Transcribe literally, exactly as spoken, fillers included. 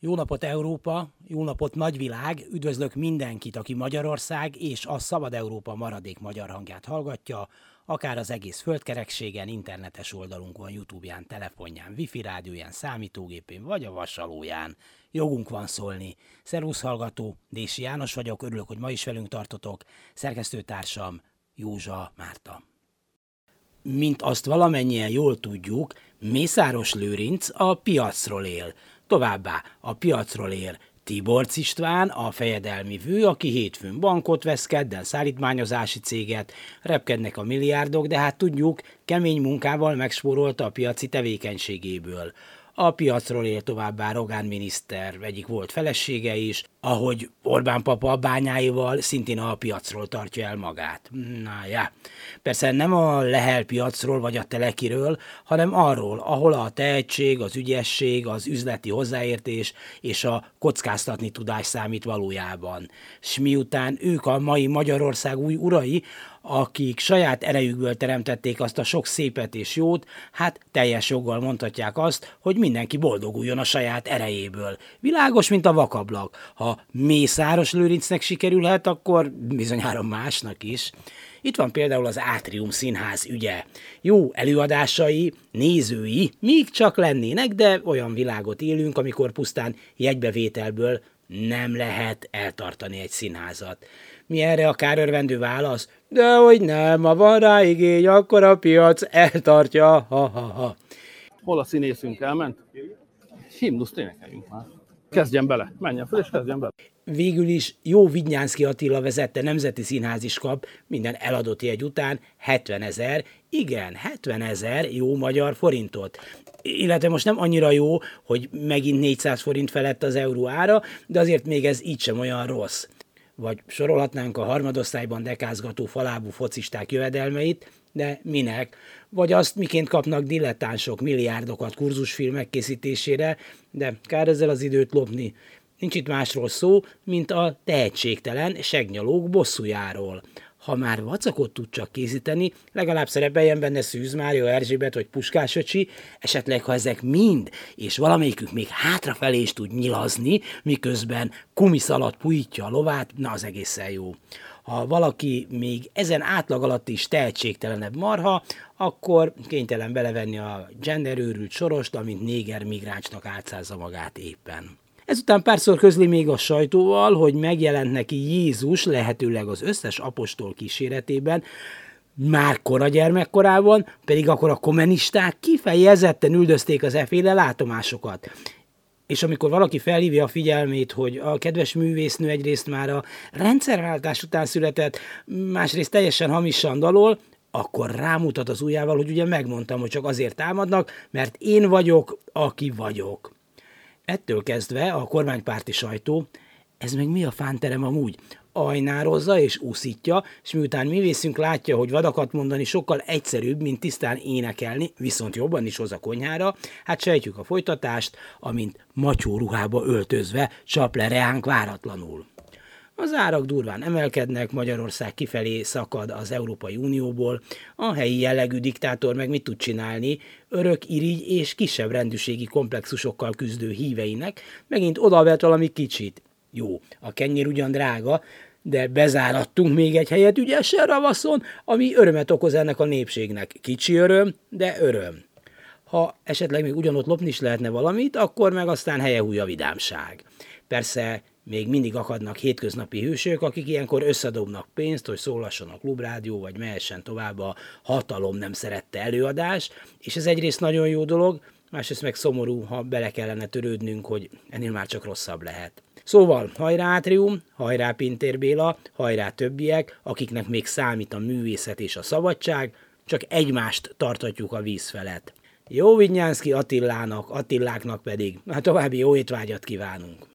Jó napot Európa, jó napot nagyvilág, üdvözlök mindenkit, aki Magyarország és a Szabad Európa maradék magyar hangját hallgatja, akár az egész földkerekségen, internetes oldalunkon, YouTube-ján, telefonján, wifi rádióján, számítógépén vagy a vasalóján. Jogunk van szólni. Szervusz hallgató, Dési János vagyok, örülök, hogy ma is velünk tartotok. Szerkesztőtársam Józsa Márta. Mint azt valamennyien jól tudjuk, Mészáros Lőrinc a piacról él. Továbbá a piacról él Tiborcz István, a fejedelmi vő, aki hétfőn bankot vesz, kedden szállítmányozási céget, repkednek a milliárdok, de hát tudjuk, kemény munkával megspórolta a piaci tevékenységéből. A piacról él továbbá Rogán miniszter egyik volt felesége is, ahogy Orbán papa a bányáival szintén a piacról tartja el magát. Na ja, persze nem a Lehel piacról vagy a Telekiről, hanem arról, ahol a tehetség, az ügyesség, az üzleti hozzáértés és a kockáztatni tudás számít valójában. S miután ők a mai Magyarország új urai, akik saját erejükből teremtették azt a sok szépet és jót, hát teljes joggal mondhatják azt, hogy mindenki boldoguljon a saját erejéből. Világos, mint a vakablak. Ha Mészáros Lőrincnek sikerülhet, akkor bizonyára másnak is. Itt van például az Átrium Színház ügye. Jó előadásai, nézői még csak lennének, de olyan világot élünk, amikor pusztán jegybevételből nem lehet eltartani egy színházat. Mi erre akár örvendő válasz? Dehogy nem, ha van rá igény, akkor a piac eltartja, ha-ha-ha. Hol a színészünk elment? Himnuszt énekeljünk már. Kezdjen bele, menjen fel és kezdjen bele. Végül is jó Vidnyánszky Attila vezette Nemzeti Színház is kap minden eladott jegy után hetvenezer, igen, hetvenezer jó magyar forintot. Illetve most nem annyira jó, hogy megint négyszáz forint felett az euró ára, de azért még ez így sem olyan rossz. Vagy sorolhatnánk a harmadosztályban dekázgató falábú focisták jövedelmeit, de minek? Vagy azt, miként kapnak dilettánsok milliárdokat kurzusfilmek készítésére, de kár ezzel az időt lopni. Nincs itt másról szó, mint a tehetségtelen segnyalók bosszújáról. Ha már vacakot tud csak készíteni, legalább szerepeljen benne Szűz Mária, Erzsébet vagy Puskás öcsi, esetleg ha ezek mind, és valamelyikük még hátrafelé is tud nyilazni, miközben kumisz alatt pújítja a lovát, na az egészen jó. Ha valaki még ezen átlag alatt is tehetségtelenebb marha, akkor kénytelen belevenni a genderőrült sorost, amint néger migránsnak átszázza magát éppen. Ezután párszor közli még a sajtóval, hogy megjelent neki Jézus lehetőleg az összes apostol kíséretében, már kora gyermekkorában, pedig akkor a kommunisták kifejezetten üldözték az efféle látomásokat. És amikor valaki felhívja a figyelmét, hogy a kedves művésznő egyrészt már a rendszerváltás után született, másrészt teljesen hamisan dalol, akkor rámutat az ujjával, hogy ugye megmondtam, hogy csak azért támadnak, mert én vagyok, aki vagyok. Ettől kezdve a kormánypárti sajtó, ez meg mi a fánterem amúgy, ajnározza és úszítja, és miután művészünk látja, hogy vadakat mondani sokkal egyszerűbb, mint tisztán énekelni, viszont jobban is hoz a konyhára, hát sejtjük a folytatást, amint matyó ruhába öltözve csap le reánk váratlanul. Az árak durván emelkednek, Magyarország kifelé szakad az Európai Unióból, a helyi jellegű diktátor meg mit tud csinálni, örök irigy és kisebb rendűségi komplexusokkal küzdő híveinek, megint odavet valami kicsit. Jó, a kenyér ugyan drága, de bezárattunk még egy helyet ügyesen ravaszon, ami örömet okoz ennek a népségnek. Kicsi öröm, de öröm. Ha esetleg még ugyanott lopni is lehetne valamit, akkor meg aztán helye húj a vidámság. Persze még mindig akadnak hétköznapi hősök, akik ilyenkor összedobnak pénzt, hogy szólhasson a klubrádió, vagy mehessen tovább a hatalom nem szerette előadás, és ez egyrészt nagyon jó dolog, másrészt meg szomorú, ha bele kellene törődnünk, hogy ennél már csak rosszabb lehet. Szóval hajrá Átrium, hajrá Pintér Béla, hajrá többiek, akiknek még számít a művészet és a szabadság, csak egymást tartatjuk a víz felett. Jó Vidnyánszky Attilának, Attiláknak pedig, hát további jó étvágyat kívánunk!